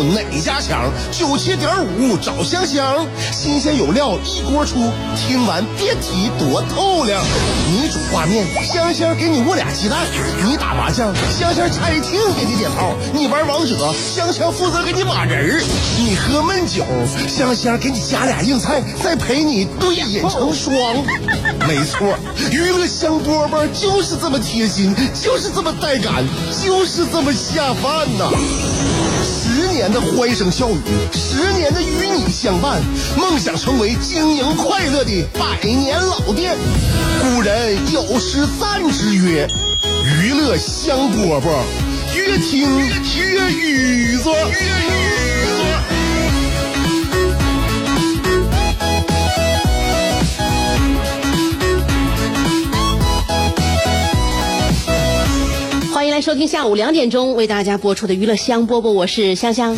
哪家强？97.5找香香，新鲜有料一锅出，听完别提多透亮。你煮挂面，香香给你握俩鸡蛋；你打麻将，香香拆听给你点炮；你玩王者，香香负责给你码人儿；你喝闷酒，香香给你加俩硬菜，再陪你对饮成双。没错，娱乐香饽饽就是这么贴心，就是这么带感，就是这么下饭呐！10年的欢声笑语，10年的与你相伴，梦想成为经营快乐的100年老店。古人有诗赞之曰：娱乐香饽饽，越听越雨子。 欢迎来收听下午2点钟为大家播出的娱乐香饽饽，我是香香。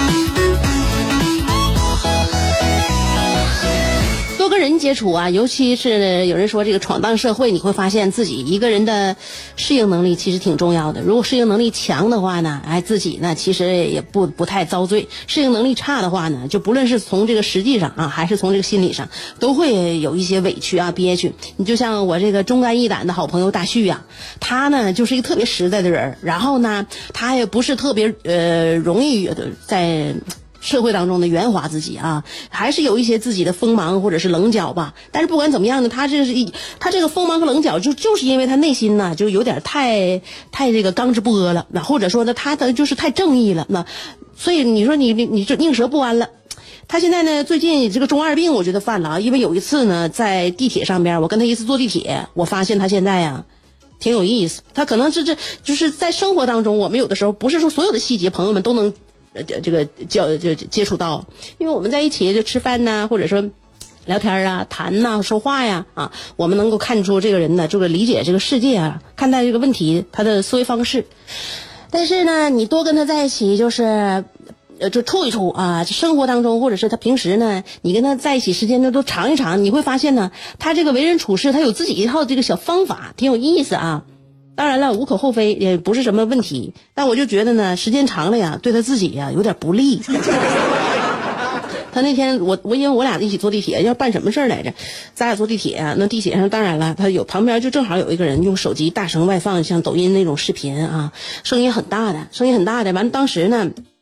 多跟人接触啊，尤其是有人说这个闯荡社会，你会发现自己一个人的适应能力其实挺重要的。如果适应能力强的话呢，自己呢其实也不太遭罪；适应能力差的话呢，就不论是从这个实际上啊，还是从这个心理上，都会有一些委屈啊、憋屈。你就像我这个忠肝义胆的好朋友大旭啊，他呢就是一个特别实在的人，然后呢，他也不是特别容易在社会当中的圆滑自己啊，还是有一些自己的锋芒或者是棱角吧。但是不管怎么样呢，他这个锋芒和棱角就是因为他内心呢就有点太这个刚直不阿了，那或者说呢他的就是太正义了，那所以你说你就宁折不弯了。他现在呢最近这个中二病我觉得犯了啊，因为有一次呢在地铁上边，我跟他一次坐地铁，我发现他现在呀挺有意思。他可能是就是在生活当中，我们有的时候不是说所有的细节朋友们都能这个接触到，因为我们在一起就吃饭呐，或者说聊天啊、谈呐、说话呀啊，我们能够看出这个人呢，这个理解这个世界啊，看待这个问题他的思维方式。但是呢，你多跟他在一起，就是就处一处啊，生活当中或者是他平时呢，你跟他在一起时间都长一长，你会发现呢，他这个为人处事他有自己一套这个小方法，挺有意思啊。当然了，无可厚非，也不是什么问题，但我就觉得呢，时间长了呀，对他自己呀有点不利。他那天我因为我俩一起坐地铁，要办什么事儿来着？咱俩坐地铁啊，那地铁上当然了，他有旁边就正好有一个人用手机大声外放，像抖音那种视频啊，声音很大的。完了当时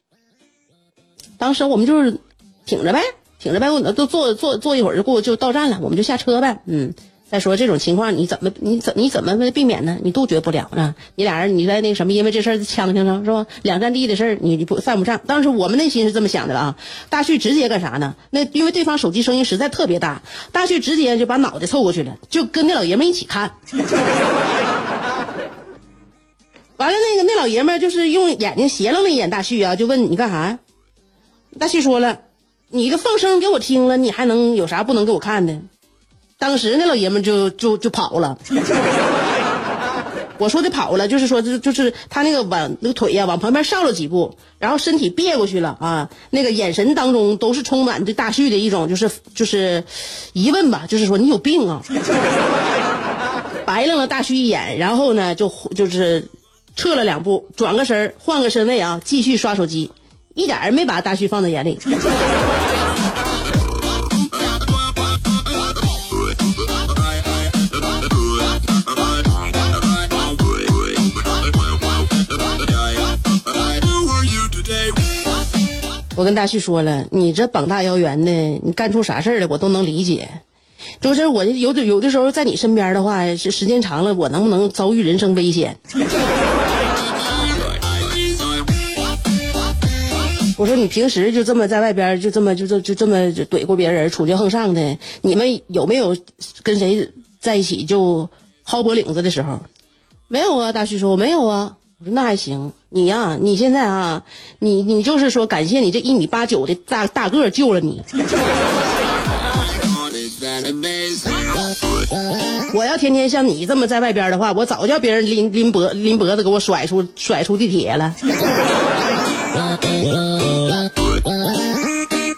我们就是挺着呗，我都坐一会儿就过就到站了，我们就下车呗，再说这种情况你怎么避免呢？你杜绝不了啊！你俩人你在那什么，因为这事儿呛上是吧？两站地的事儿你不犯不上。当时我们内心是这么想的啊。大旭直接干啥呢？那因为对方手机声音实在特别大，大旭直接就把脑袋凑过去了，就跟那老爷们一起看。完了那老爷们就是用眼睛斜楞了一眼大旭啊，就问你干啥呀？大旭说了，你的放声给我听了，你还能有啥不能给我看的？当时那老爷们就跑了。我说的跑了，就是说就是他那个腿呀往旁边上了几步，然后身体别过去了啊，那个眼神当中都是充满对大旭的一种就是疑问吧，就是说你有病啊。白愣了大旭一眼，然后呢就是撤了2步，转个身换个身位啊，继续刷手机，一点没把大旭放在眼里。我跟大旭说了，你这膀大腰圆的，你干出啥事儿来我都能理解。就是我有的时候在你身边的话，是时间长了，我能不能遭遇人生危险？我说你平时就这么在外边就这么怼过别人，处劲横上的，你们有没有跟谁在一起就薅脖领子的时候？没有啊，大旭说我没有啊。我说那还行，你呀，你现在啊，你就是说感谢你这1.89米的大个救了你。我要天天像你这么在外边的话，我早叫别人拎脖子给我甩出地铁了。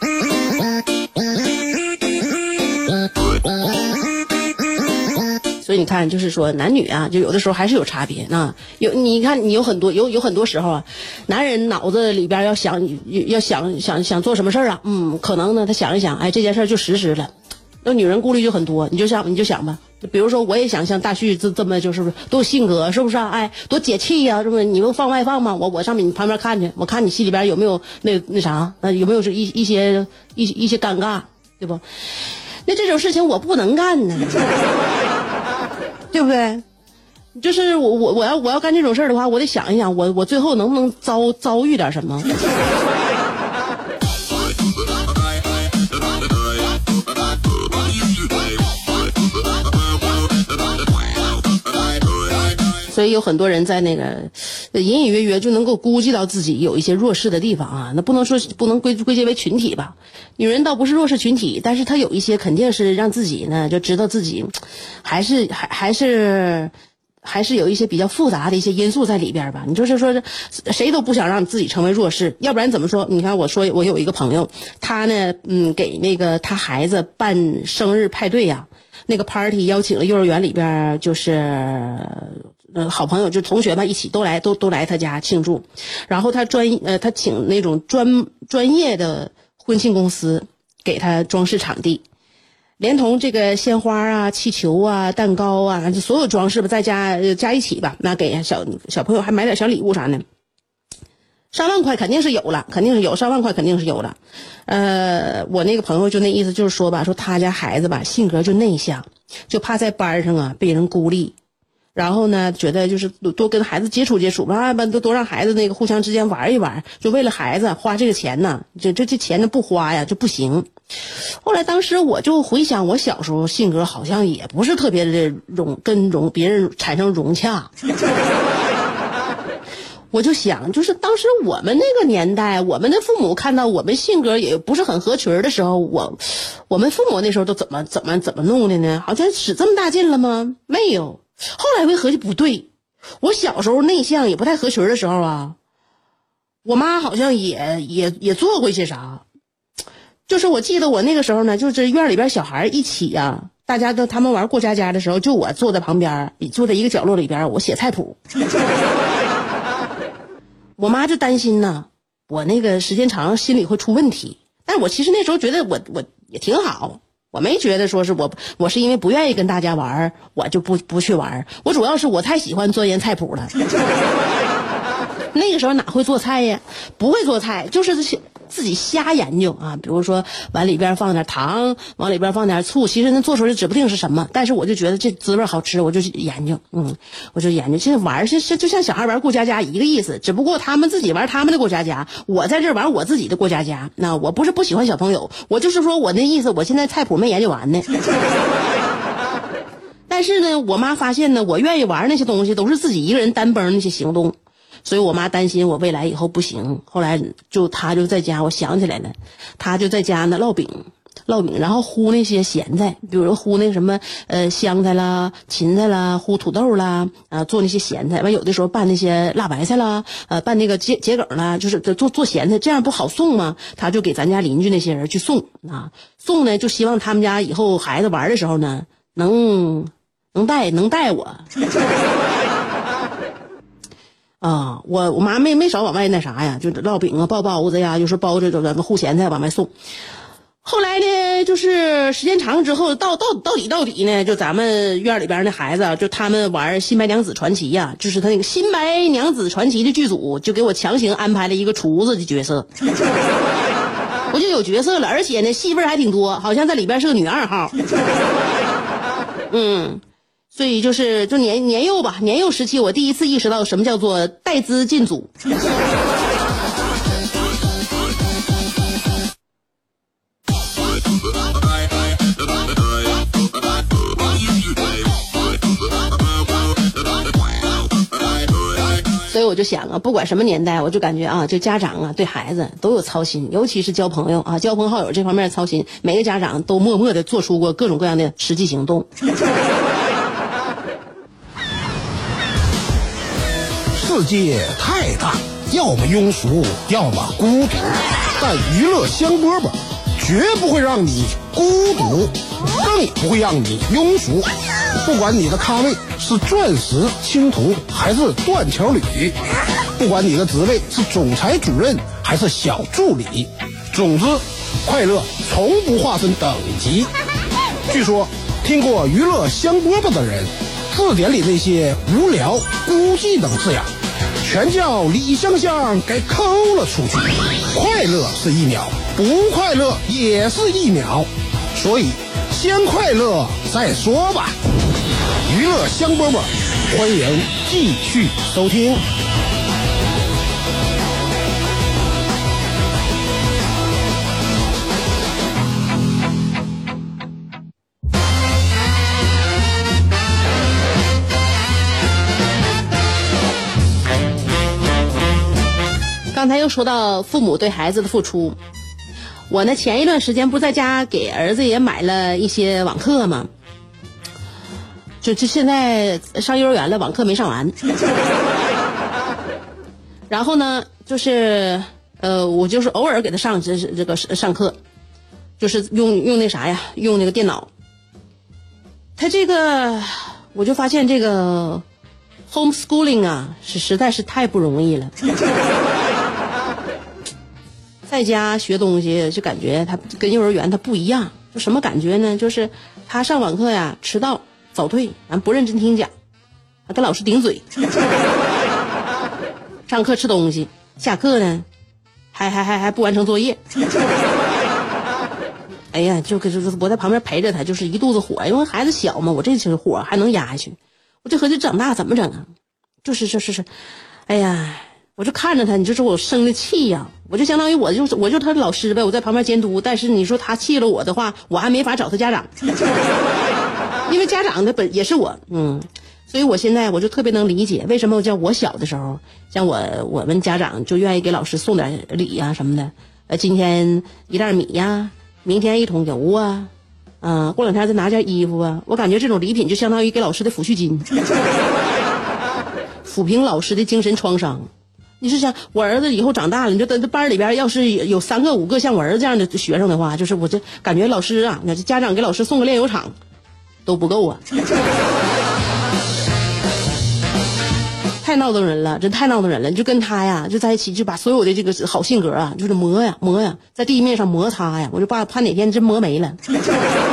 所以你看，就是说男女啊，就有的时候还是有差别啊。你看你有很多时候啊，男人脑子里边要想做什么事儿啊，可能呢他想一想，哎，这件事儿就实施了。那女人顾虑就很多，你就想吧，比如说我也想像大旭这么就是多有性格，是不是啊？哎，多解气呀，是不是？你们放外放嘛，我上面你旁边看去，我看你心里边有没有那啥，有没有一些尴尬，对不？那这种事情我不能干呢，对不对？就是我要干这种事儿的话，我得想一想，我最后能不能遭遇点什么。所以有很多人在那个隐隐约约就能够估计到自己有一些弱势的地方啊，那不能归结为群体吧。女人倒不是弱势群体，但是她有一些肯定是让自己呢就知道自己还是有一些比较复杂的一些因素在里边吧。你就是说谁都不想让自己成为弱势，要不然怎么说？你看我说我有一个朋友，他呢给那个他孩子办生日派对呀，那个 party 邀请了幼儿园里边就是好朋友，就同学们一起都来他家庆祝，然后他请那种专业的婚庆公司给他装饰场地，连同这个鲜花啊、气球啊、蛋糕啊，就所有装饰吧，再加一起吧，那给小朋友还买点小礼物啥的，上万块肯定是有了，上万块肯定是有了。我那个朋友就那意思就是说吧，说他家孩子吧性格就内向，就怕在班上啊被人孤立。然后呢，觉得就是多跟孩子接触吧，多让孩子那个互相之间玩一玩，就为了孩子花这个钱呢，这钱呢不花呀就不行。后来当时我就回想，我小时候性格好像也不是特别的跟别人产生融洽。我就想，就是当时我们那个年代，我们的父母看到我们性格也不是很合群的时候，我们父母那时候都怎么弄的呢？好像使这么大劲了吗？没有。后来我一合计不对，我小时候内向也不太合群的时候啊，我妈好像也做过一些啥。就是我记得我那个时候呢，就是院里边小孩一起啊，大家他们玩过家家的时候，就我坐在旁边，坐在一个角落里边，我写菜谱。我妈就担心呢，我那个时间长心里会出问题。但是我其实那时候觉得我也挺好。我没觉得说是我是因为不愿意跟大家玩，我就不去玩。我主要是我太喜欢钻研菜谱了。那个时候哪会做菜呀？不会做菜，就是自己瞎研究啊。比如说往里边放点糖，往里边放点醋，其实那做出来指不定是什么，但是我就觉得这滋味好吃，我就研究。我就研究这玩是就像小孩玩过家家一个意思，只不过他们自己玩他们的过家家，我在这玩我自己的过家家。那我不是不喜欢小朋友，我就是说我那意思，我现在菜谱没研究完呢。但是呢，我妈发现呢，我愿意玩那些东西都是自己一个人单崩那些行动。所以我妈担心我未来以后不行，后来她就在家，我想起来了，她就在家呢烙饼，然后烀那些咸菜，比如烀那什么香菜啦、芹菜啦、烀土豆啦，做那些咸菜，完有的时候拌那些辣白菜啦，拌那个桔梗啦，就是做咸菜，这样不好送吗？她就给咱家邻居那些人去送送呢，就希望他们家以后孩子玩的时候呢，能带我。我妈没少往外那啥呀，就烙饼啊、包包子呀，就是包着咱们烀咸菜往外送。后来呢，就是时间长之后，到底呢，就咱们院里边那孩子，就他们玩《新白娘子传奇》呀，就是他那个《新白娘子传奇》的剧组就给我强行安排了一个厨子的角色。我就有角色了，而且呢戏份还挺多，好像在里边是个女2号。所以就年幼时期，我第一次意识到什么叫做带资进组。所以我就想啊，不管什么年代，我就感觉啊，就家长啊对孩子都有操心，尤其是交朋友啊、交朋好友这方面的操心，每个家长都默默的做出过各种各样的实际行动。 世界太大，要么庸俗，要么孤独，但娱乐香饽饽绝不会让你孤独，更不会让你庸俗。 不管你的咖位是钻石、青铜还是断桥铝，不管你的职位是总裁、主任还是小助理，总之，快乐从不划分等级。据说，听过娱乐香饽饽的人，字典里那些无聊、孤寂等字眼，全叫李香香给抠了出去。快乐是1秒，不快乐也是1秒，所以先快乐再说吧。娱乐香饽饽，欢迎继续收听。 刚才又说到父母对孩子的付出，我呢前一段时间不是在家给儿子也买了一些网课吗？就现在上幼儿园了，网课没上完。然后呢，就是我就是偶尔给他上这个上课，就是用那啥呀，用那个电脑。他这个我就发现这个 homeschooling 啊，实在是太不容易了。在家学东西就感觉他跟幼儿园他不一样，就什么感觉呢？就是他上网课呀，迟到早退，不认真听讲，还跟老师顶嘴。上课吃东西，下课呢还不完成作业。哎呀，就是我在旁边陪着他，就是一肚子火，因为孩子小嘛，我这些火还能压下去，我这合计长大怎么整啊？就是，哎呀。我就看着他，你就说我生的气呀，我就相当于我就他的老师呗，我在旁边监督。但是你说他气了我的话，我还没法找他家长，因为家长的也是我，所以我现在我就特别能理解为什么叫我小的时候，像我们家长就愿意给老师送点礼呀什么的，今天1袋米呀，明天1桶油啊，过2天再拿件衣服啊，我感觉这种礼品就相当于给老师的抚恤金，抚平老师的精神创伤。你是想我儿子以后长大了，你就在班里边要是有3个5个像我儿子这样的学生的话，就是我这感觉老师啊，那家长给老师送个炼油厂都不够啊。太闹腾人了，真太闹腾人了。就跟他呀就在一起，就把所有的这个好性格啊，就是磨呀，在地面上摩擦呀，我就怕哪天真磨没了。